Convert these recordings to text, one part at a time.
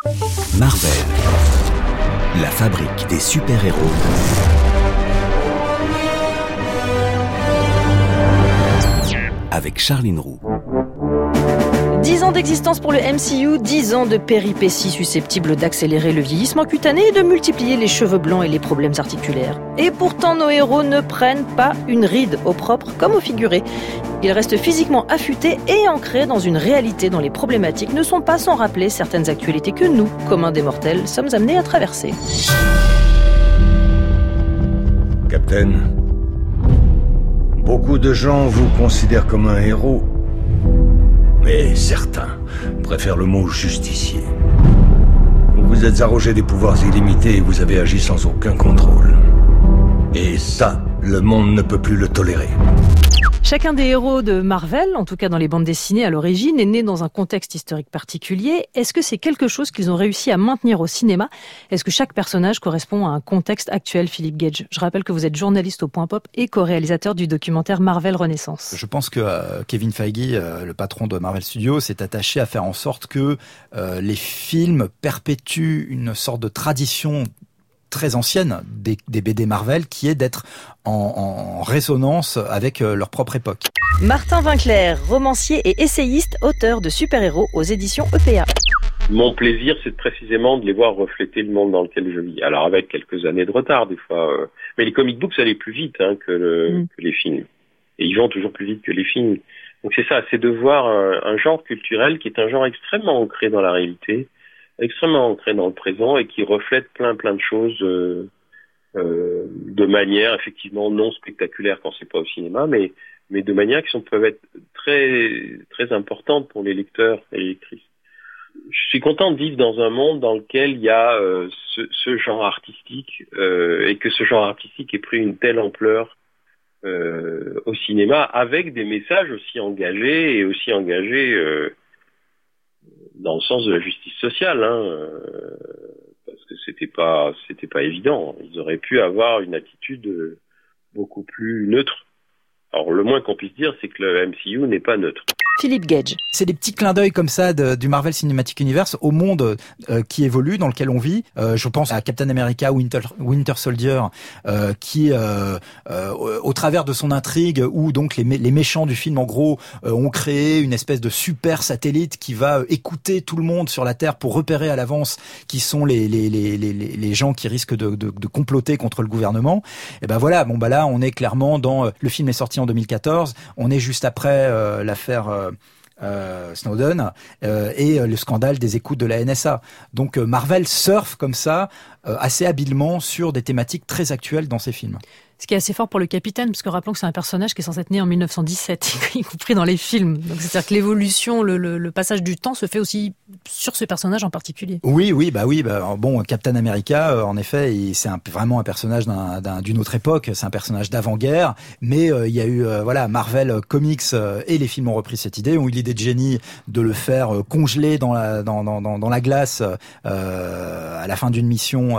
Marvel, la fabrique des super-héros. Avec Charline Roux. 10 ans d'existence pour le MCU, 10 ans de péripéties susceptibles d'accélérer le vieillissement cutané et de multiplier les cheveux blancs et les problèmes articulaires. Et pourtant, nos héros ne prennent pas une ride au propre comme au figuré. Ils restent physiquement affûtés et ancrés dans une réalité dont les problématiques ne sont pas sans rappeler certaines actualités que nous, communs des mortels, sommes amenés à traverser. Captain, beaucoup de gens vous considèrent comme un héros. Mais certains préfèrent le mot justicier. Vous vous êtes arrogé des pouvoirs illimités et vous avez agi sans aucun contrôle. Et ça, le monde ne peut plus le tolérer. Chacun des héros de Marvel, en tout cas dans les bandes dessinées à l'origine, est né dans un contexte historique particulier. Est-ce que c'est quelque chose qu'ils ont réussi à maintenir au cinéma ? Est-ce que chaque personnage correspond à un contexte actuel, Philippe Gage ? Je rappelle que vous êtes journaliste au Point Pop et co-réalisateur du documentaire Marvel Renaissance. Je pense que Kevin Feige, le patron de Marvel Studios, s'est attaché à faire en sorte que les films perpétuent une sorte de tradition très ancienne des BD Marvel, qui est d'être en résonance avec leur propre époque. Martin Winkler, romancier et essayiste, auteur de super-héros aux éditions EPA. Mon plaisir, c'est précisément de les voir refléter le monde dans lequel je vis. Alors avec quelques années de retard des fois, mais les comic books allaient plus vite que les films. Et ils vont toujours plus vite que les films. Donc c'est ça, c'est de voir un genre culturel qui est un genre extrêmement ancré dans la réalité, extrêmement ancré dans le présent et qui reflète plein de choses de manière effectivement non spectaculaire quand c'est pas au cinéma, mais de manière qui peuvent être très importantes pour les lecteurs et les lectrices. Je suis content de vivre dans un monde dans lequel il y a ce genre artistique et que ce genre artistique ait pris une telle ampleur au cinéma, avec des messages aussi engagés dans le sens de la justice sociale, parce que c'était pas évident. Ils auraient pu avoir une attitude beaucoup plus neutre. Alors le moins qu'on puisse dire, c'est que le MCU n'est pas neutre. Philippe Gage. C'est des petits clins d'œil comme ça du Marvel Cinematic Universe au monde qui évolue, dans lequel on vit. Je pense à Captain America Winter Soldier, qui au travers de son intrigue, où donc les méchants du film en gros ont créé une espèce de super satellite qui va écouter tout le monde sur la Terre pour repérer à l'avance qui sont les gens qui risquent de comploter contre le gouvernement. Et ben voilà, là on est clairement dans le film est sorti en 2014, on est juste après l'affaire Snowden et le scandale des écoutes de la NSA. Donc Marvel surfe comme ça assez habilement sur des thématiques très actuelles dans ses films. Ce qui est assez fort pour le capitaine, parce que rappelons que c'est un personnage qui est censé être né en 1917, y compris dans les films. Donc c'est-à-dire que l'évolution, le passage du temps se fait aussi sur ce personnage en particulier. Oui. Bon, Captain America, en effet, c'est vraiment un personnage d'une autre époque. C'est un personnage d'avant-guerre, mais il y a eu Marvel Comics et les films ont repris cette idée, ont eu l'idée de génie de le faire congeler dans la glace à la fin d'une mission,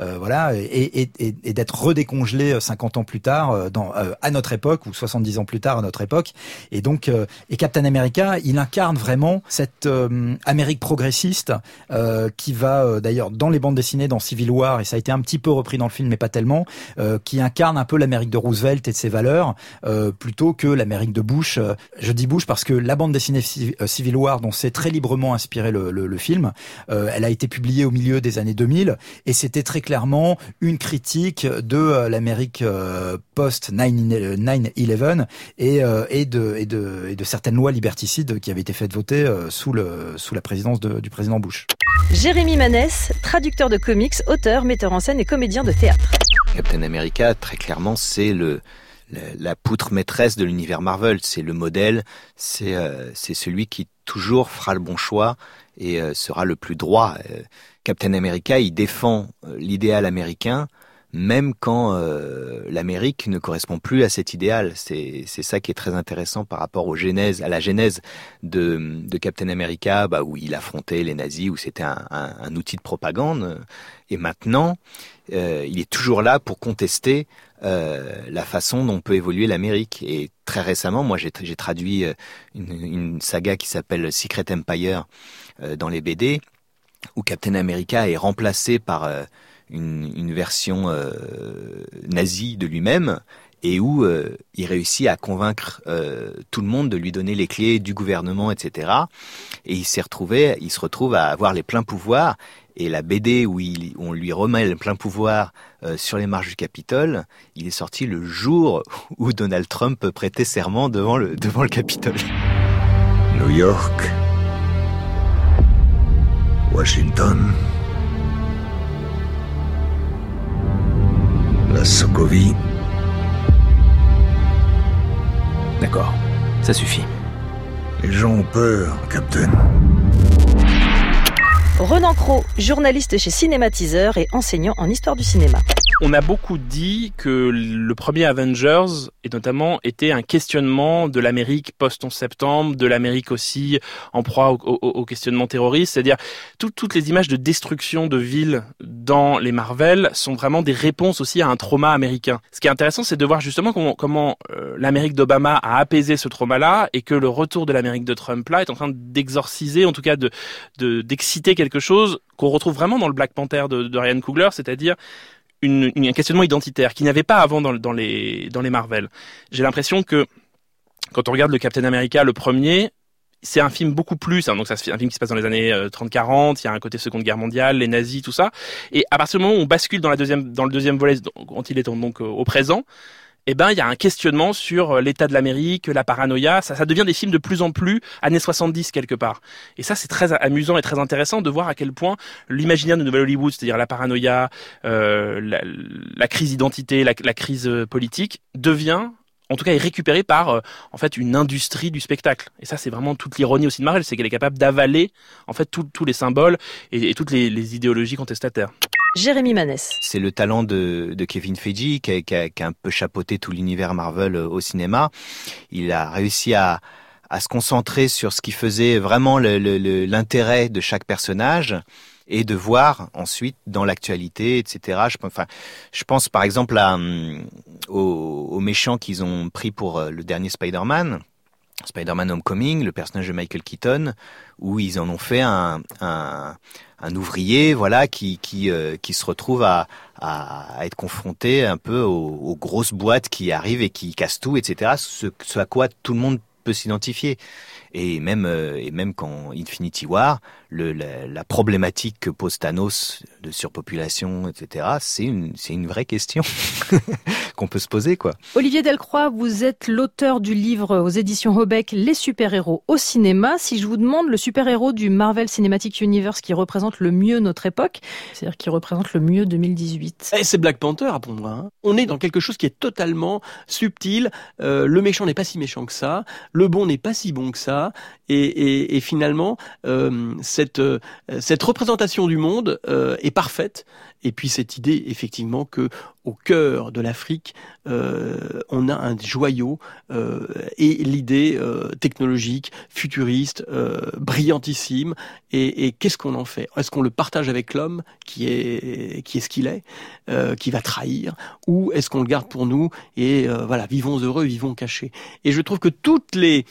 et d'être redécongelé 50 ans plus tard à notre époque, ou 70 ans plus tard à notre époque. Et donc Captain America, il incarne vraiment cette Amérique progressiste qui va d'ailleurs dans les bandes dessinées, dans Civil War, et ça a été un petit peu repris dans le film mais pas tellement, qui incarne un peu l'Amérique de Roosevelt et de ses valeurs plutôt que l'Amérique de Bush. Je dis Bush parce que la bande dessinée Civil War, dont c'est très librement inspiré le film, elle a été publiée au milieu des années 2000 et c'était très clairement une critique de l'Amérique post 9/11 et de certaines lois liberticides qui avaient été faites voter sous la présidence du président Bush. Jérémy Manès, traducteur de comics, auteur, metteur en scène et comédien de théâtre. Captain America, très clairement, c'est la poutre maîtresse de l'univers Marvel. C'est le modèle, c'est celui qui toujours fera le bon choix et sera le plus droit. Captain America, il défend l'idéal américain, même quand l'Amérique ne correspond plus à cet idéal. C'est ça qui est très intéressant par rapport à la genèse de Captain America, où il affrontait les nazis, où c'était un outil de propagande. Et maintenant, il est toujours là pour contester la façon dont peut évoluer l'Amérique. Et très récemment, moi j'ai traduit une saga qui s'appelle Secret Empire dans les BD. où Captain America est remplacé par une version nazie de lui-même, et où il réussit à convaincre tout le monde de lui donner les clés du gouvernement, etc. Et il se retrouve à avoir les pleins pouvoirs. Et la BD où on lui remet le plein pouvoir sur les marches du Capitole, il est sorti le jour où Donald Trump prêtait serment devant le Capitole. New York, Washington, la Sokovie. D'accord, ça suffit. Les gens ont peur, Captain. Renan Cros, journaliste chez Cinématiseur et enseignant en histoire du cinéma. On a beaucoup dit que le premier Avengers, et notamment, était un questionnement de l'Amérique post-11 septembre, de l'Amérique aussi en proie au questionnement terroriste. C'est-à-dire, toutes les images de destruction de villes dans les Marvel sont vraiment des réponses aussi à un trauma américain. Ce qui est intéressant, c'est de voir justement comment l'Amérique d'Obama a apaisé ce trauma-là, et que le retour de l'Amérique de Trump-là est en train d'exorciser, en tout cas d'exciter quelque chose qu'on retrouve vraiment dans le Black Panther de Ryan Coogler, c'est-à-dire un questionnement identitaire qu'il n'y avait pas avant dans les Marvel. J'ai l'impression que quand on regarde le Captain America, le premier, c'est un film beaucoup plus, donc ça c'est un film qui se passe dans les années 30-40, il y a un côté Seconde Guerre mondiale, les nazis, tout ça. Et à partir du moment où on bascule dans le deuxième volet, quand il est donc au présent, il y a un questionnement sur l'état de l'Amérique, la paranoïa. Ça devient des films de plus en plus années 70 quelque part. Et ça, c'est très amusant et très intéressant de voir à quel point l'imaginaire de Nouvelle Hollywood, c'est-à-dire la paranoïa, la crise d'identité, la crise politique, devient, en tout cas, est récupérée par en fait une industrie du spectacle. Et ça, c'est vraiment toute l'ironie aussi de Marvel, c'est qu'elle est capable d'avaler en fait tous les symboles et toutes les idéologies contestataires. Jérémy Manès. C'est le talent de Kevin Feige qui a un peu chapeauté tout l'univers Marvel au cinéma. Il a réussi à se concentrer sur ce qui faisait vraiment l'intérêt de chaque personnage et de voir ensuite dans l'actualité, etc. Je pense par exemple aux méchants qu'ils ont pris pour le dernier Spider-Man Homecoming, le personnage de Michael Keaton, où ils en ont fait un ouvrier, voilà, qui se retrouve à être confronté un peu aux grosses boîtes qui arrivent et qui cassent tout, etc. Ce à quoi tout le monde peut s'identifier. Et même quand Infinity War, la problématique que pose Thanos de surpopulation, etc., c'est une vraie question qu'on peut se poser, quoi. Olivier Delcroix, vous êtes l'auteur du livre aux éditions Hobeck, Les super-héros au cinéma. Si je vous demande le super-héros du Marvel Cinematic Universe qui représente le mieux notre époque, c'est-à-dire qui représente le mieux 2018. C'est Black Panther, pour moi. On est dans quelque chose qui est totalement subtil. Le méchant n'est pas si méchant que ça. Le bon n'est pas si bon que ça. Et finalement, cette représentation du monde est parfaite. Et puis cette idée, effectivement, que au cœur de l'Afrique, on a un joyau et l'idée technologique, futuriste, brillantissime. Et qu'est-ce qu'on en fait ? Est-ce qu'on le partage avec l'homme qui est ce qu'il est, qui va trahir, ou est-ce qu'on le garde pour nous et voilà, vivons heureux, vivons cachés. Et je trouve que toutes les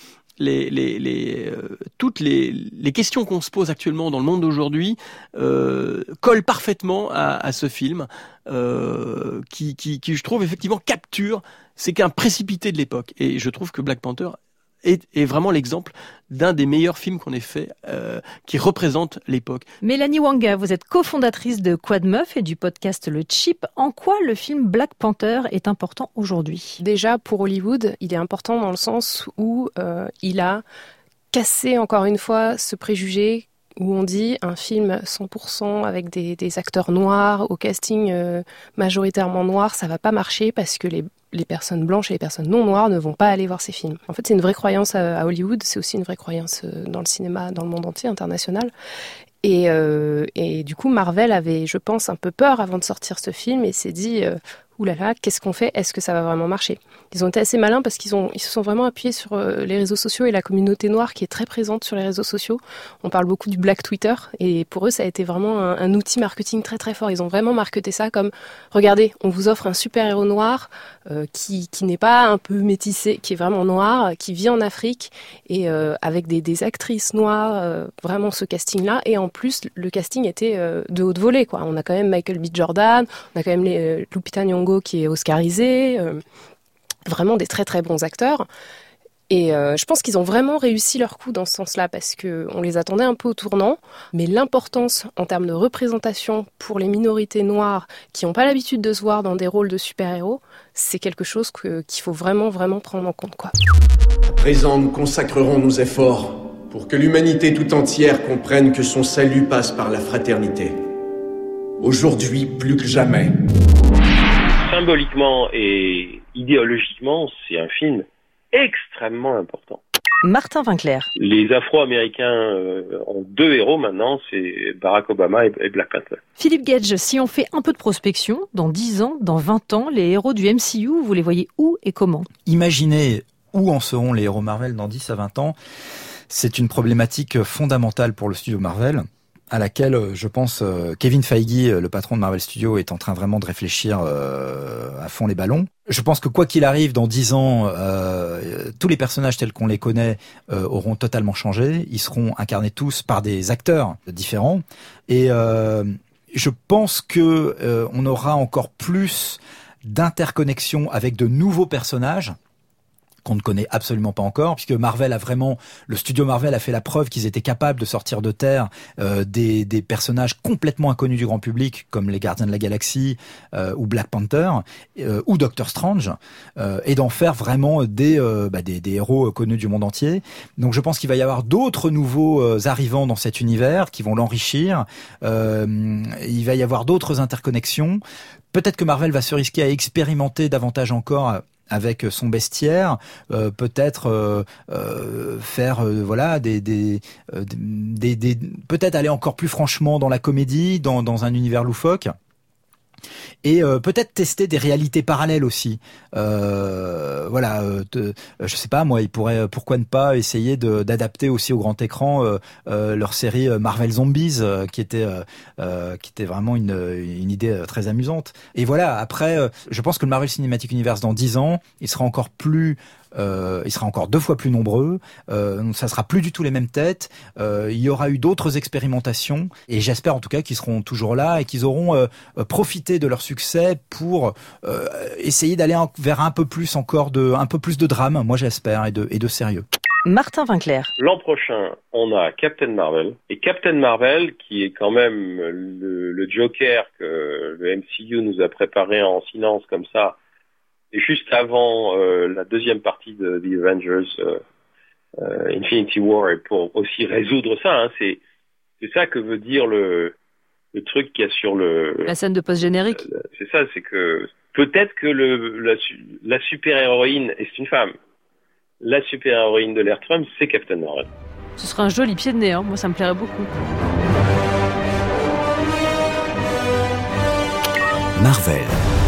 questions qu'on se pose actuellement dans le monde d'aujourd'hui collent parfaitement à ce film qui je trouve effectivement capture, c'est qu'un précipité de l'époque. Et je trouve que Black Panther est vraiment l'exemple d'un des meilleurs films qu'on ait fait, qui représente l'époque. Mélanie Wanga, vous êtes cofondatrice de Quad Meuf et du podcast Le Chip. En quoi le film Black Panther est important aujourd'hui ? Déjà, pour Hollywood, il est important dans le sens où il a cassé encore une fois ce préjugé où on dit un film 100% avec des acteurs noirs, au casting majoritairement noir, ça va pas marcher parce que les personnes blanches et les personnes non noires ne vont pas aller voir ces films. En fait, c'est une vraie croyance à Hollywood, c'est aussi une vraie croyance dans le cinéma, dans le monde entier, international. Et du coup, Marvel avait, je pense, un peu peur avant de sortir ce film et s'est dit oulala, qu'est-ce qu'on fait? Est-ce que ça va vraiment marcher? Ils ont été assez malins parce qu'ils se sont vraiment appuyés sur les réseaux sociaux et la communauté noire qui est très présente sur les réseaux sociaux. On parle beaucoup du Black Twitter et pour eux, ça a été vraiment un outil marketing très très fort. Ils ont vraiment marketé ça comme, regardez, on vous offre un super-héros noir qui n'est pas un peu métissé, qui est vraiment noir, qui vit en Afrique et avec des actrices noires, vraiment ce casting-là. Et en plus, le casting était de haute volée, quoi. On a quand même Michael B. Jordan, on a quand même Lupita Nyong'o qui est oscarisée, vraiment des très très bons acteurs. Et je pense qu'ils ont vraiment réussi leur coup dans ce sens-là parce qu'on les attendait un peu au tournant, mais l'importance en termes de représentation pour les minorités noires qui n'ont pas l'habitude de se voir dans des rôles de super-héros, c'est quelque chose qu'il faut vraiment vraiment prendre en compte, quoi. À présent, nous consacrerons nos efforts pour que l'humanité tout entière comprenne que son salut passe par la fraternité. Aujourd'hui, plus que jamais. Symboliquement et idéologiquement, c'est un film extrêmement important. Martin Winkler. Les Afro-Américains ont 2 héros maintenant, c'est Barack Obama et Black Panther. Philippe Gage, si on fait un peu de prospection, dans 10 ans, dans 20 ans, les héros du MCU, vous les voyez où et comment? Imaginez où en seront les héros Marvel dans 10 à 20 ans. C'est une problématique fondamentale pour le studio Marvel, à laquelle je pense Kevin Feige, le patron de Marvel Studios, est en train vraiment de réfléchir à fond les ballons. Je pense que quoi qu'il arrive, dans 10 ans, tous les personnages tels qu'on les connaît auront totalement changé. Ils seront incarnés tous par des acteurs différents. Et je pense que on aura encore plus d'interconnexion avec de nouveaux personnages qu'on ne connaît absolument pas encore, puisque le studio Marvel a fait la preuve qu'ils étaient capables de sortir de terre des personnages complètement inconnus du grand public, comme les Gardiens de la Galaxie ou Black Panther ou Doctor Strange, et d'en faire vraiment des héros connus du monde entier. Donc je pense qu'il va y avoir d'autres nouveaux arrivants dans cet univers qui vont l'enrichir. Il va y avoir d'autres interconnexions. Peut-être que Marvel va se risquer à expérimenter davantage encore avec son bestiaire, peut-être faire peut-être aller encore plus franchement dans la comédie, dans un univers loufoque. Et peut-être tester des réalités parallèles aussi. Je sais pas, moi, ils pourraient, pourquoi ne pas essayer d'adapter aussi au grand écran leur série Marvel Zombies, qui était vraiment une idée très amusante. Et voilà, après, je pense que le Marvel Cinematic Universe dans 10 ans, il sera encore 2 fois plus nombreux. Ça sera plus du tout les mêmes têtes. Il y aura eu d'autres expérimentations, et j'espère en tout cas qu'ils seront toujours là et qu'ils auront profité de leur succès pour essayer d'aller vers un peu plus de drame, moi j'espère, et de sérieux. Martin Winkler. L'an prochain, on a Captain Marvel. Et Captain Marvel, qui est quand même le Joker que le MCU nous a préparé en silence comme ça, et juste avant la deuxième partie de The Avengers, Infinity War, et pour aussi résoudre ça, c'est ça que veut dire le truc qu'il y a sur la scène de post-générique. C'est ça, c'est que peut-être que la super-héroïne, et c'est une femme, la super-héroïne de l'ère Trump, c'est Captain Marvel. Ce serait un joli pied de nez, moi ça me plairait beaucoup. Marvel,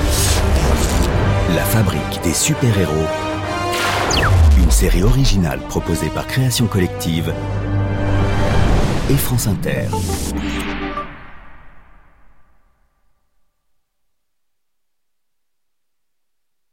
la fabrique des super-héros. Une série originale proposée par Création Collective et France Inter.